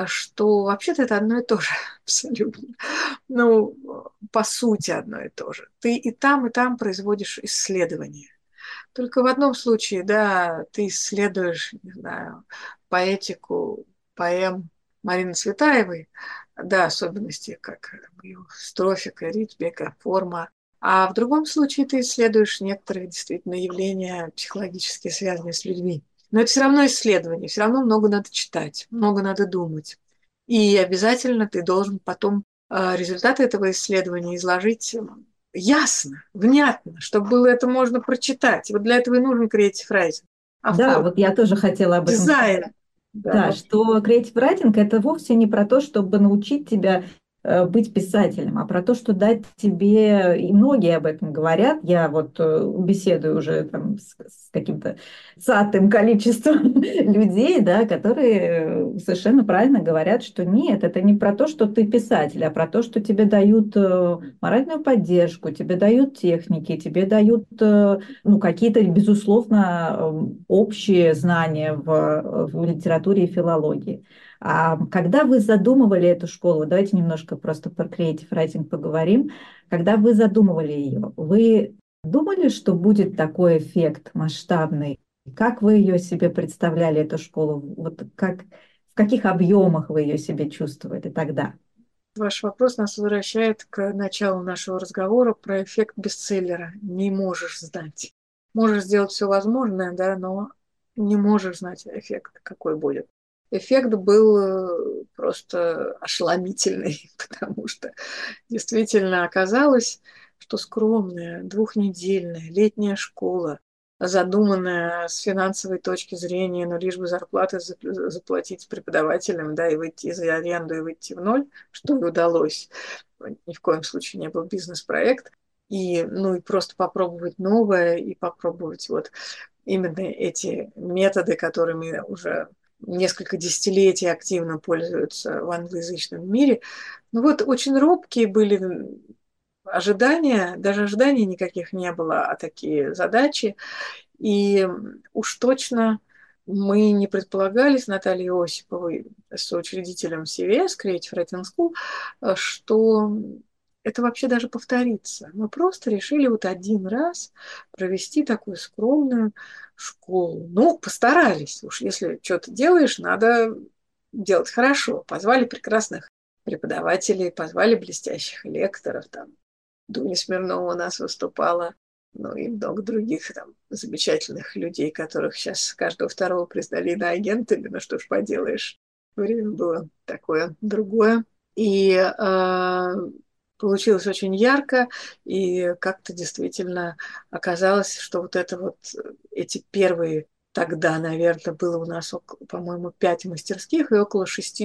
что вообще-то это одно и то же абсолютно. Ну, по сути, одно и то же. Ты и там производишь исследования. Только в одном случае, да, ты исследуешь, не знаю, поэтику поэм Марины Цветаевой, да, особенности, как ее строфика, ритмика, форма. А в другом случае ты исследуешь некоторые действительно явления психологически связанные с людьми. Но это все равно исследование, все равно много надо читать, много надо думать. И обязательно ты должен потом результаты этого исследования изложить ясно, внятно, чтобы было это можно прочитать. Вот для этого и нужен creative writing. Да, Оформить, вот я тоже хотела об этом сказать. дизайн. Да, Да, ну, что creative writing – это вовсе не про то, чтобы научить тебя быть писателем, а про то, что дать тебе, и многие об этом говорят, я вот беседую уже там с каким-то сатым количеством людей, да, которые совершенно правильно говорят, что нет, это не про то, что ты писатель, а про то, что тебе дают моральную поддержку, тебе дают техники, тебе дают ну, какие-то, безусловно, общие знания в литературе и филологии. А когда вы задумывали эту школу, давайте немножко просто про creative writing поговорим. Когда вы задумывали ее, вы думали, что будет такой эффект масштабный? Как вы ее себе представляли, эту школу? Вот как, в каких объемах вы ее себе чувствовали тогда? ваш вопрос нас возвращает к началу нашего разговора про эффект бестселлера. Не можешь знать. Можешь сделать все возможное, да, но не можешь знать эффект, какой будет. Эффект был просто ошеломительный, потому что действительно оказалось, что скромная двухнедельная летняя школа, задуманная с финансовой точки зрения, но лишь бы зарплаты заплатить преподавателям, да, и выйти за аренду, и выйти в ноль, что и удалось. Ни в коем случае не был бизнес-проект. И, ну, и просто попробовать новое, и попробовать вот именно эти методы, которыми уже несколько десятилетий активно пользуются в англоязычном мире. Ну вот очень робкие были ожидания, даже ожиданий никаких не было, а такие задачи. И уж точно мы не предполагали с Натальей Осиповой, соучредителем CVS, Creative Writing School, что это вообще даже повторится. Мы просто решили вот один раз провести такую скромную школу. Ну, постарались. Уж если что-то делаешь, надо делать хорошо. Позвали прекрасных преподавателей, позвали блестящих лекторов. Там Дуня Смирнова у нас выступала, ну и много других там замечательных людей, которых сейчас каждого второго признали иноагентами, ну что ж поделаешь. Время было такое другое. И получилось очень ярко, и как-то действительно оказалось, что вот это вот эти первые Тогда, наверное, было у нас, по-моему, 5 мастерских и около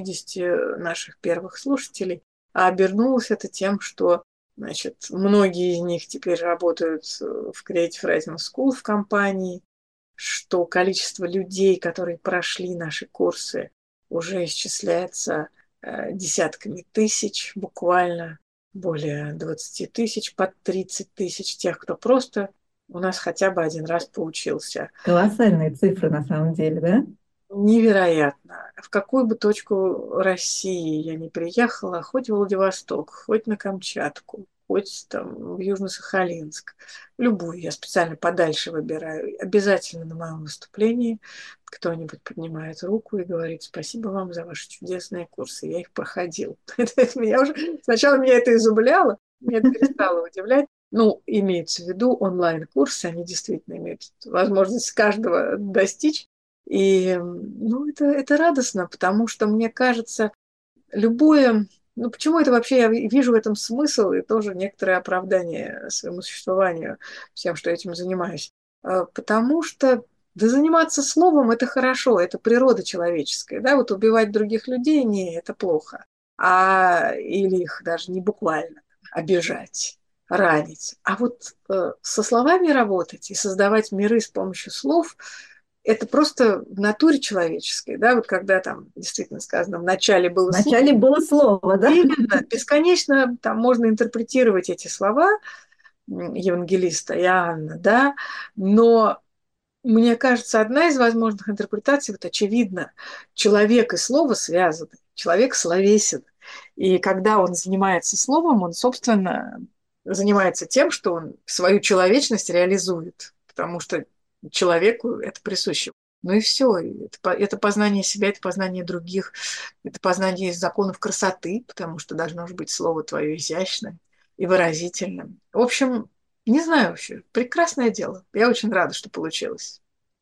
60 наших первых слушателей. А обернулось это тем, что, значит, многие из них теперь работают в Creative Writing School в компании, что количество людей, которые прошли наши курсы, уже исчисляется десятками тысяч, буквально более 20 тысяч, под 30 тысяч тех, кто просто у нас хотя бы один раз поучился. Колоссальные цифры на самом деле, да? Невероятно. В какую бы точку России я не приехала, хоть в Владивосток, хоть на Камчатку, хоть там в Южно-Сахалинск, любую я специально подальше выбираю. Обязательно на моем выступлении кто-нибудь поднимает руку и говорит: спасибо вам за ваши чудесные курсы, я их проходил. Сначала меня это изумляло, меня это перестало удивлять. Ну, имеется в виду онлайн-курсы, они действительно имеют возможность каждого достичь. И, ну, это радостно, потому что, мне кажется, любое... Ну, почему это вообще? Я вижу в этом смысл и тоже некоторое оправдание своему существованию, всем, что этим занимаюсь. Потому что да, заниматься словом – это хорошо, это природа человеческая. Да? Вот убивать других людей – не, это плохо. Или их даже не буквально обижать, ранить. А вот со словами работать и создавать миры с помощью слов – это просто в натуре человеческой, да, вот когда там действительно сказано, в начале было слово, Вначале было слово, да? именно, бесконечно там можно интерпретировать эти слова евангелиста Иоанна, да, но мне кажется, одна из возможных интерпретаций, вот очевидно, человек и слово связаны, человек словесен, и когда он занимается словом, он, собственно, занимается тем, что он свою человечность реализует, потому что человеку это присуще. Ну и все. Это познание себя, это познание других, это познание законов красоты, потому что должно же быть слово твое изящное и выразительным. В общем, не знаю вообще, прекрасное дело. Я очень рада, что получилось.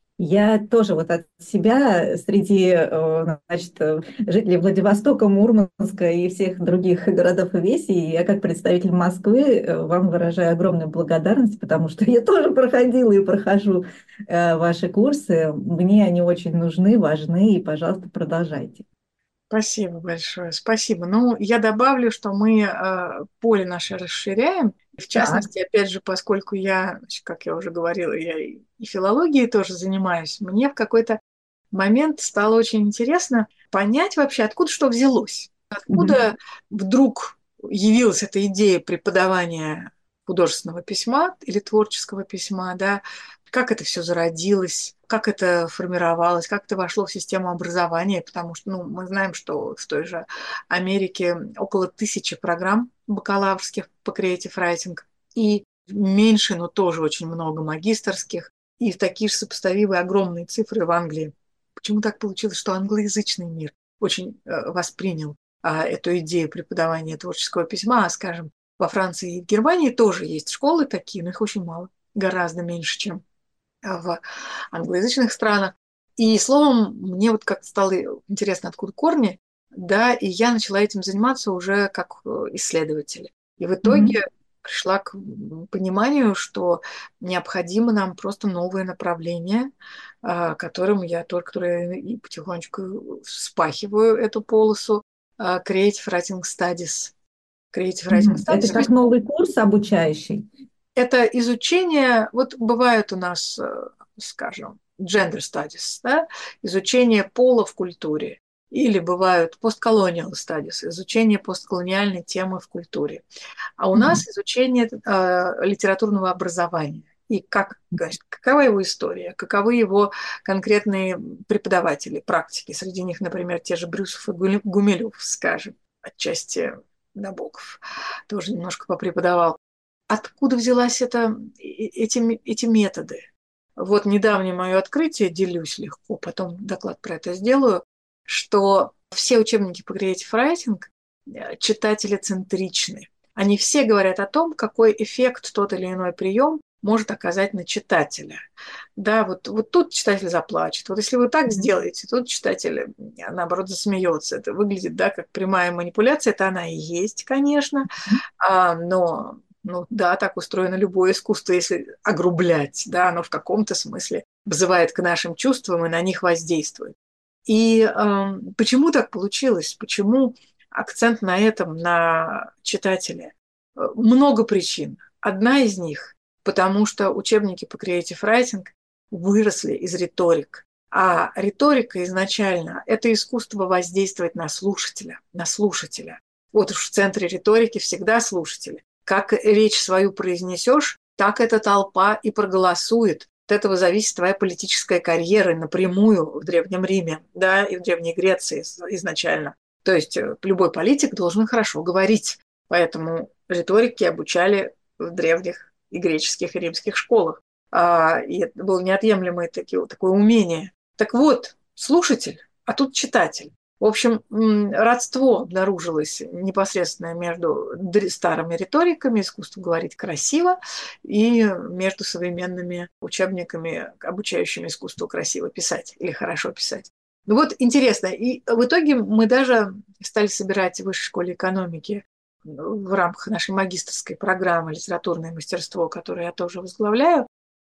Я тоже вот от себя среди, значит, жителей Владивостока, Мурманска и всех других городов и весей, я как представитель Москвы вам выражаю огромную благодарность, потому что я тоже проходила и прохожу ваши курсы. Мне они очень нужны, важны, и, пожалуйста, продолжайте. Спасибо большое, спасибо. Ну, я добавлю, что мы поле наше расширяем. В Так. частности, опять же, поскольку я, значит, как я уже говорила, я и филологией тоже занимаюсь, мне в какой-то момент стало очень интересно понять вообще, откуда что взялось. Мгм. Откуда вдруг явилась эта идея преподавания художественного письма или творческого письма, да, как это все зародилось, как это формировалось, как это вошло в систему образования, потому что, ну, мы знаем, что в той же Америке около 1000 программ бакалаврских по Creative Writing, и меньше, но тоже очень много магистерских, и такие же сопоставимые огромные цифры в Англии. Почему так получилось, что англоязычный мир очень воспринял эту идею преподавания творческого письма, скажем, во Франции и в Германии тоже есть школы такие, но их очень мало, гораздо меньше, чем в англоязычных странах. И словом, мне вот как-то стало интересно, откуда корни, да, и я начала этим заниматься уже как исследователь. И в Мгм. итоге пришла к пониманию, что необходимо нам просто новое направление, которым я только и потихонечку вспахиваю эту полосу, Creative Writing Studies. Creative Writing Мгм. Это Studies как новый курс обучающий. это изучение, вот бывают у нас, скажем, gender studies, да, изучение пола в культуре, или бывают postcolonial studies, изучение постколониальной темы в культуре. А у нас Мгм. изучение литературного образования. И как, значит, какова его история, каковы его конкретные преподаватели, практики. Среди них, например, те же Брюсов и Гумилев, скажем, отчасти Набоков тоже немножко попреподавал. Откуда взялась эти методы? Вот недавнее мое открытие, делюсь легко, потом доклад про это сделаю, что все учебники по Creative Writing читателецентричны. Они все говорят о том, какой эффект тот или иной прием может оказать на читателя. Да, вот тут читатель заплачет. Вот если вы так Мгм. сделаете, тут читатель, наоборот, засмеется. Это выглядит, да, как прямая манипуляция. Это она и есть, конечно, но ну да, так устроено любое искусство, если огрублять, да, оно в каком-то смысле взывает к нашим чувствам и на них воздействует. И почему так получилось? Почему акцент на этом, на читателе? Много причин. Одна из них, потому что учебники по Creative Writing выросли из риторик. А риторика изначально – это искусство воздействовать на слушателя, на слушателя. Вот уж в центре риторики всегда слушатели. Как речь свою произнесешь, так эта толпа и проголосует. От этого зависит твоя политическая карьера напрямую в Древнем Риме, да, и в Древней Греции изначально. То есть любой политик должен хорошо говорить. Поэтому риторики обучали в древних и греческих, и римских школах. И это было неотъемлемое такое умение. Так вот, слушатель, а тут читатель. В общем, родство обнаружилось непосредственно между старыми риториками, искусством говорить красиво, и между современными учебниками, обучающими искусству красиво писать или хорошо писать. Ну вот интересно. И в итоге мы даже стали собирать в Высшей школе экономики в рамках нашей магистерской программы «Литературное мастерство», которую я тоже возглавляю,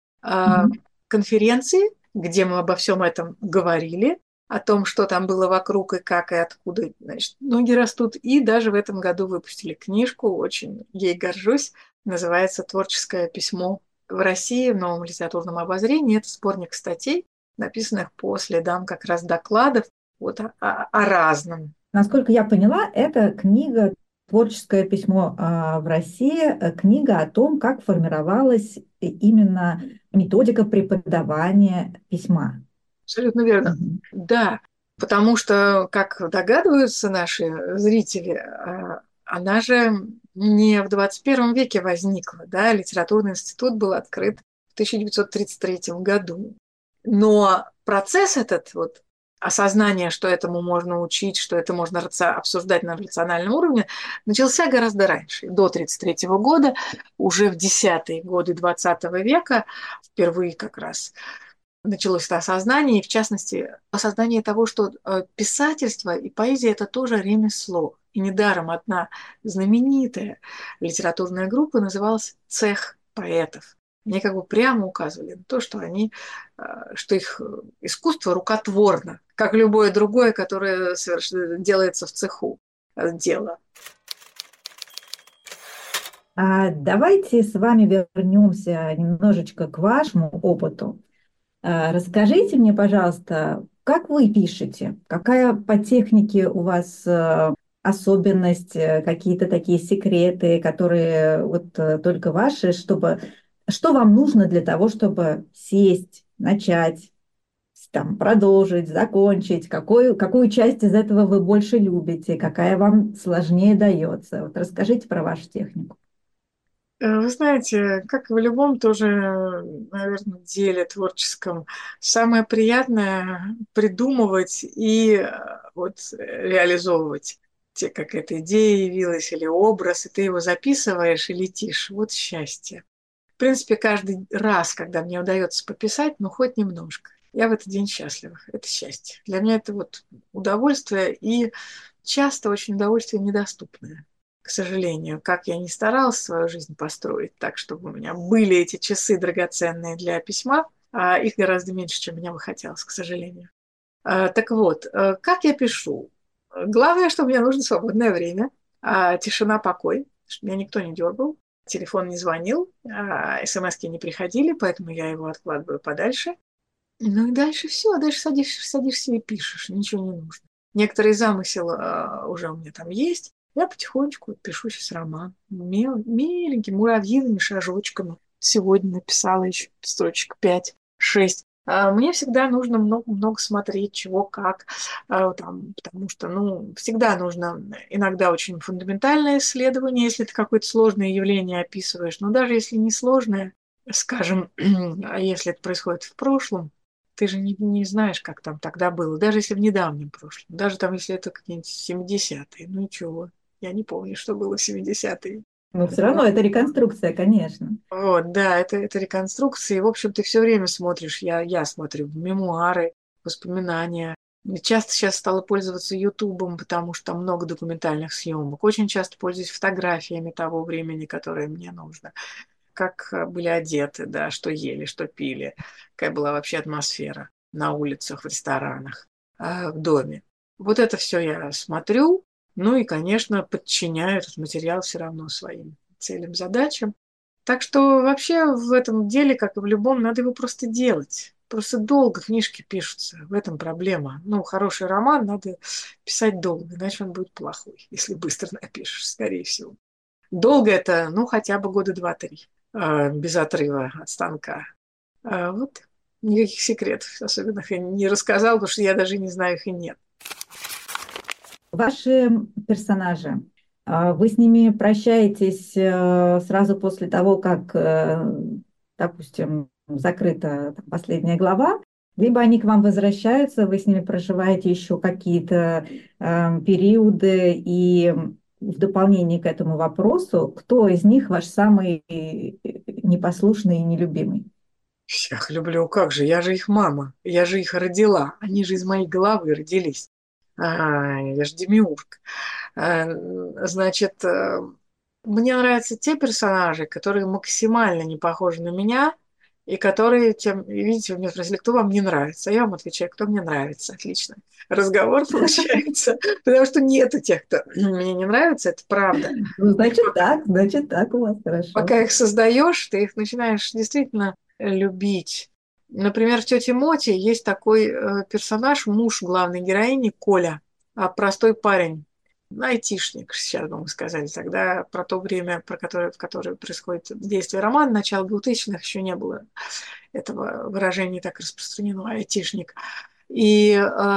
конференции, где мы обо всем этом говорили, о том, что там было вокруг и как, и откуда, значит, ноги растут. И даже в этом году выпустили книжку, очень ей горжусь, называется «Творческое письмо в России в новом литературном обозрении». Это сборник статей, написанных по следам как раз докладов вот о разном. Насколько я поняла, это книга «Творческое письмо в России», книга о том, как формировалась именно методика преподавания письма. Абсолютно верно. Да, потому что, как догадываются наши зрители, она же не в 21 веке возникла, да, литературный институт был открыт в 1933 году. Но процесс этот, вот, осознание, что этому можно учить, что это можно обсуждать на рациональном уровне, начался гораздо раньше, до 1933 года, уже в десятые годы XX века, впервые как раз началось это осознание, и в частности осознание того, что писательство и поэзия – это тоже ремесло. И недаром одна знаменитая литературная группа называлась «Цех поэтов». Они как бы прямо указывали на то, что что их искусство рукотворно, как любое другое, которое делается в цеху дело. Давайте с вами вернемся немножечко к вашему опыту. Расскажите мне, пожалуйста, как вы пишете? Какая по технике у вас особенность, какие-то такие секреты, которые вот только ваши, что вам нужно для того, чтобы сесть, начать, там, продолжить, закончить? Какую часть из этого вы больше любите? Какая вам сложнее дается? Вот расскажите про вашу технику. Вы знаете, как и в любом тоже, наверное, деле творческом, самое приятное придумывать и вот реализовывать. Какая-то идея явилась или образ, и ты его записываешь и летишь. Вот счастье. В принципе, каждый раз, когда мне удается пописать, ну, хоть немножко, я в этот день счастлива. Это счастье. Для меня это вот удовольствие, и часто очень удовольствие недоступное. К сожалению, как я ни старалась свою жизнь построить так, чтобы у меня были эти часы драгоценные для письма, а их гораздо меньше, чем мне бы хотелось, к сожалению. Так вот, как я пишу? Главное, что мне нужно свободное время, тишина, покой, чтобы меня никто не дергал, телефон не звонил, смс-ки не приходили, поэтому я его откладываю подальше. Ну и дальше все, дальше садишься и пишешь, ничего не нужно. Некоторый замысел уже у меня там есть. Я потихонечку пишу сейчас роман. Меленькими муравьиными шажочками. Сегодня написала еще строчек 5-6. Мне всегда нужно много-много смотреть, чего, как, потому что, ну, всегда нужно иногда очень фундаментальное исследование, если ты какое-то сложное явление описываешь. Но даже если не сложное, скажем, а если это происходит в прошлом, ты же не знаешь, как там тогда было, даже если в недавнем прошлом, даже там, если это какие-нибудь 70-е, ну ничего, я не помню, что было в 70-е. Но все равно это реконструкция, конечно. Вот, да, это реконструкция, и, в общем, ты все время смотришь, я смотрю в мемуары, воспоминания. Часто сейчас стала пользоваться Ютубом, потому что там много документальных съемок. Очень часто пользуюсь фотографиями того времени, которое мне нужно. как были одеты, да, что ели, что пили, какая была вообще атмосфера на улицах, в ресторанах, в доме. Вот это все я смотрю, ну и, конечно, подчиняю этот материал все равно своим целям, задачам. Так что вообще в этом деле, как и в любом, надо его просто делать. Просто долго книжки пишутся, в этом проблема. Ну, хороший роман надо писать долго, иначе он будет плохой, если быстро напишешь, скорее всего. Долго это, ну, хотя бы года два-три, без отрыва от станка. Вот никаких секретов особенных я не рассказал, потому что я даже не знаю, их и нет. Ваши персонажи, вы с ними прощаетесь сразу после того, как, допустим, закрыта там последняя глава, либо они к вам возвращаются, вы с ними проживаете еще какие-то периоды, и в дополнение к этому вопросу, кто из них ваш самый непослушный и нелюбимый? Всех люблю, как же, я же их мама, я же их родила, они же из моей головы родились. Я же демиург. А, Значит, мне нравятся те персонажи, которые максимально не похожи на меня, и которые, тем, видите, вы меня спросили, кто вам не нравится. А я вам отвечаю, кто мне нравится. Отлично. Разговор получается, потому что нету тех, кто мне не нравится, это правда. Ну, Их значит так у вас хорошо. пока их создаешь, ты их начинаешь действительно любить. Например, в «Тете Моте» есть такой персонаж, муж главной героини, Коля, простой парень, айтишник, сейчас бы мы сказали, тогда про то время, в которое происходит действие романа, начало 2000-х, еще не было этого выражения так распространено, айтишник. И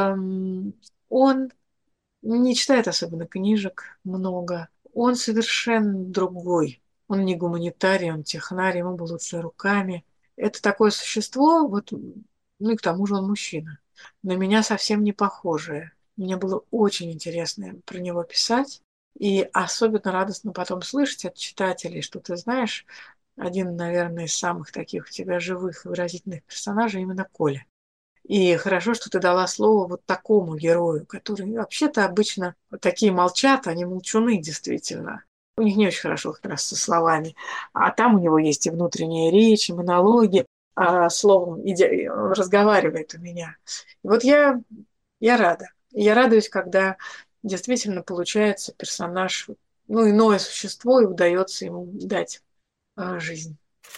он не читает особенно книжек много. Он совершенно другой. Он не гуманитарий, он технарий, ему бы лучше руками. Это такое существо, вот, ну и к тому же он мужчина. На меня совсем не похожее. Мне было очень интересно про него писать. И особенно радостно потом слышать от читателей, что ты знаешь, один, наверное, из самых таких у тебя живых и выразительных персонажей именно Коля. И хорошо, что ты дала слово вот такому герою, который вообще-то обычно вот такие молчат, они молчуны действительно. У них не очень хорошо как раз со словами. А там у него есть и внутренняя речь, и монологи, словом, он разговаривает у меня. И вот я рада. Я радуюсь, когда действительно получается персонаж, ну, иное существо, и удается ему дать жизнь.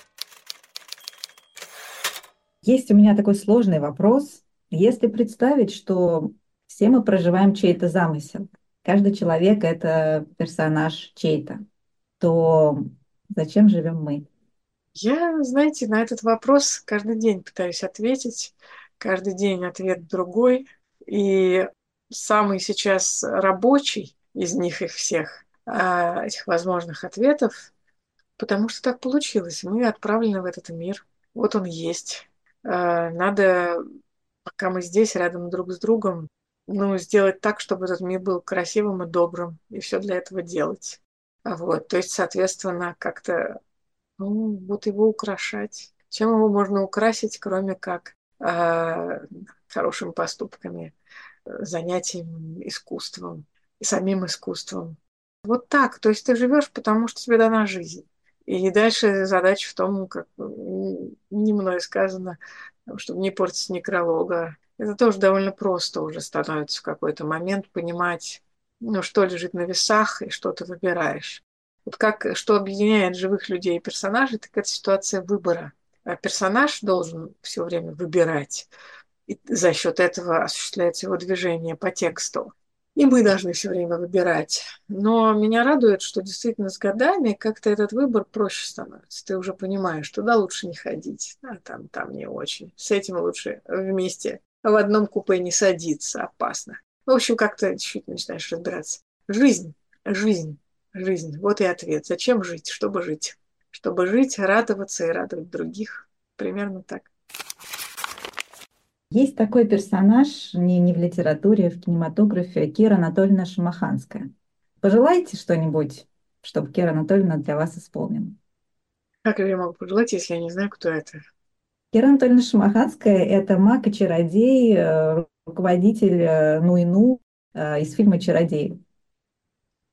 Есть у меня такой сложный вопрос. Если представить, что все мы проживаем чей-то замысел, каждый человек– это персонаж чей-то, то зачем живем мы? Я, знаете, на этот вопрос каждый день пытаюсь ответить. Каждый день ответ другой. И самый сейчас рабочий из них их всех, этих возможных ответов, потому что так получилось. Мы отправлены в этот мир. Вот он есть. Надо, пока мы здесь, рядом друг с другом, ну, сделать так, чтобы этот мир был красивым и добрым, и все для этого делать. Вот, то есть, соответственно, как-то ну, вот его украшать. Чем его можно украсить, кроме как хорошими поступками, занятием искусством и самим искусством. Вот так. То есть ты живешь, потому что тебе дана жизнь. И дальше задача в том, как не мной сказано, чтобы не портить некролога. Это тоже довольно просто уже становится в какой-то момент понимать, ну, что лежит на весах и что ты выбираешь. Вот как, что объединяет живых людей и персонажей, так это ситуация выбора. Персонаж должен все время выбирать, и за счет этого осуществляется его движение по тексту. И мы должны все время выбирать. Но меня радует, что действительно с годами как-то этот выбор проще становится. Ты уже понимаешь, туда лучше не ходить, а там не очень. С этим лучше вместе в одном купе не садиться, опасно. В общем, как-то чуть-чуть начинаешь разбираться. Жизнь, жизнь, жизнь. Вот и ответ. Зачем жить? Чтобы жить. Чтобы жить, радоваться и радовать других. Примерно так. Есть такой персонаж не в литературе, а в кинематографе Кира Анатольевна Шамаханская. Пожелайте что-нибудь, чтобы Кира Анатольевна для вас исполнила. Как я могу пожелать, если я не знаю, кто это? Кира Анатольевна Шамаханская– это маг и чародей, руководитель Нуи-Ну из фильма «Чародей».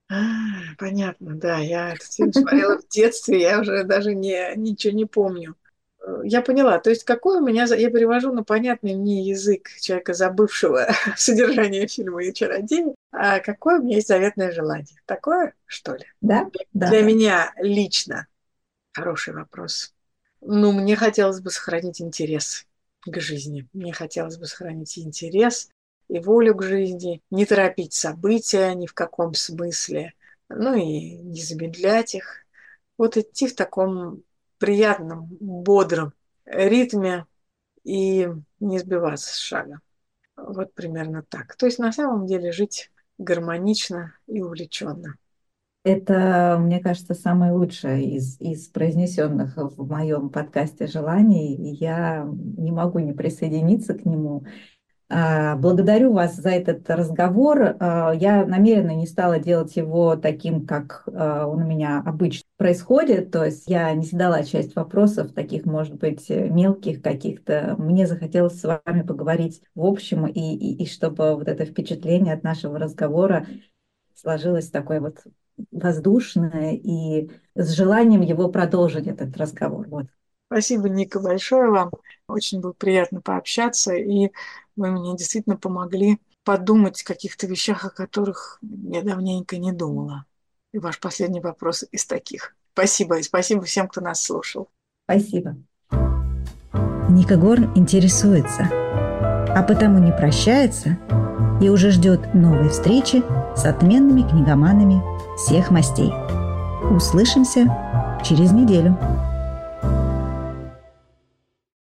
Понятно, да. Я этот фильм смотрела в детстве, я уже даже ничего не помню. Я поняла. То есть какой у меня... Я перевожу на понятный мне язык человека, забывшего содержание фильма «И чародей». А какое у меня есть заветное желание? Такое, что ли? Да, Для да. меня лично хороший вопрос. Ну, мне хотелось бы сохранить интерес к жизни. Мне хотелось бы сохранить и интерес, и волю к жизни, не торопить события ни в каком смысле, ну и не замедлять их. Вот идти в таком приятном, бодром ритме и не сбиваться с шага. Вот примерно так. То есть на самом деле жить гармонично и увлеченно. Это, мне кажется, самое лучшее из произнесенных в моем подкасте желаний. И я не могу не присоединиться к нему. Благодарю вас за этот разговор. Я намеренно не стала делать его таким, как он у меня обычно происходит. То есть я не задала часть вопросов, таких, может быть, мелких каких-то. Мне захотелось с вами поговорить в общем, и чтобы вот это впечатление от нашего разговора сложилось такое вот воздушное и с желанием его продолжить, этот разговор. Вот. Спасибо, Ника, большое вам. Очень было приятно пообщаться, и вы мне действительно помогли подумать о каких-то вещах, о которых я давненько не думала. И ваш последний вопрос из таких. Спасибо, и спасибо всем, кто нас слушал. Спасибо. Ника Горн интересуется, а потому не прощается и уже ждет новой встречи с отменными книгоманами всех мастей. Услышимся через неделю.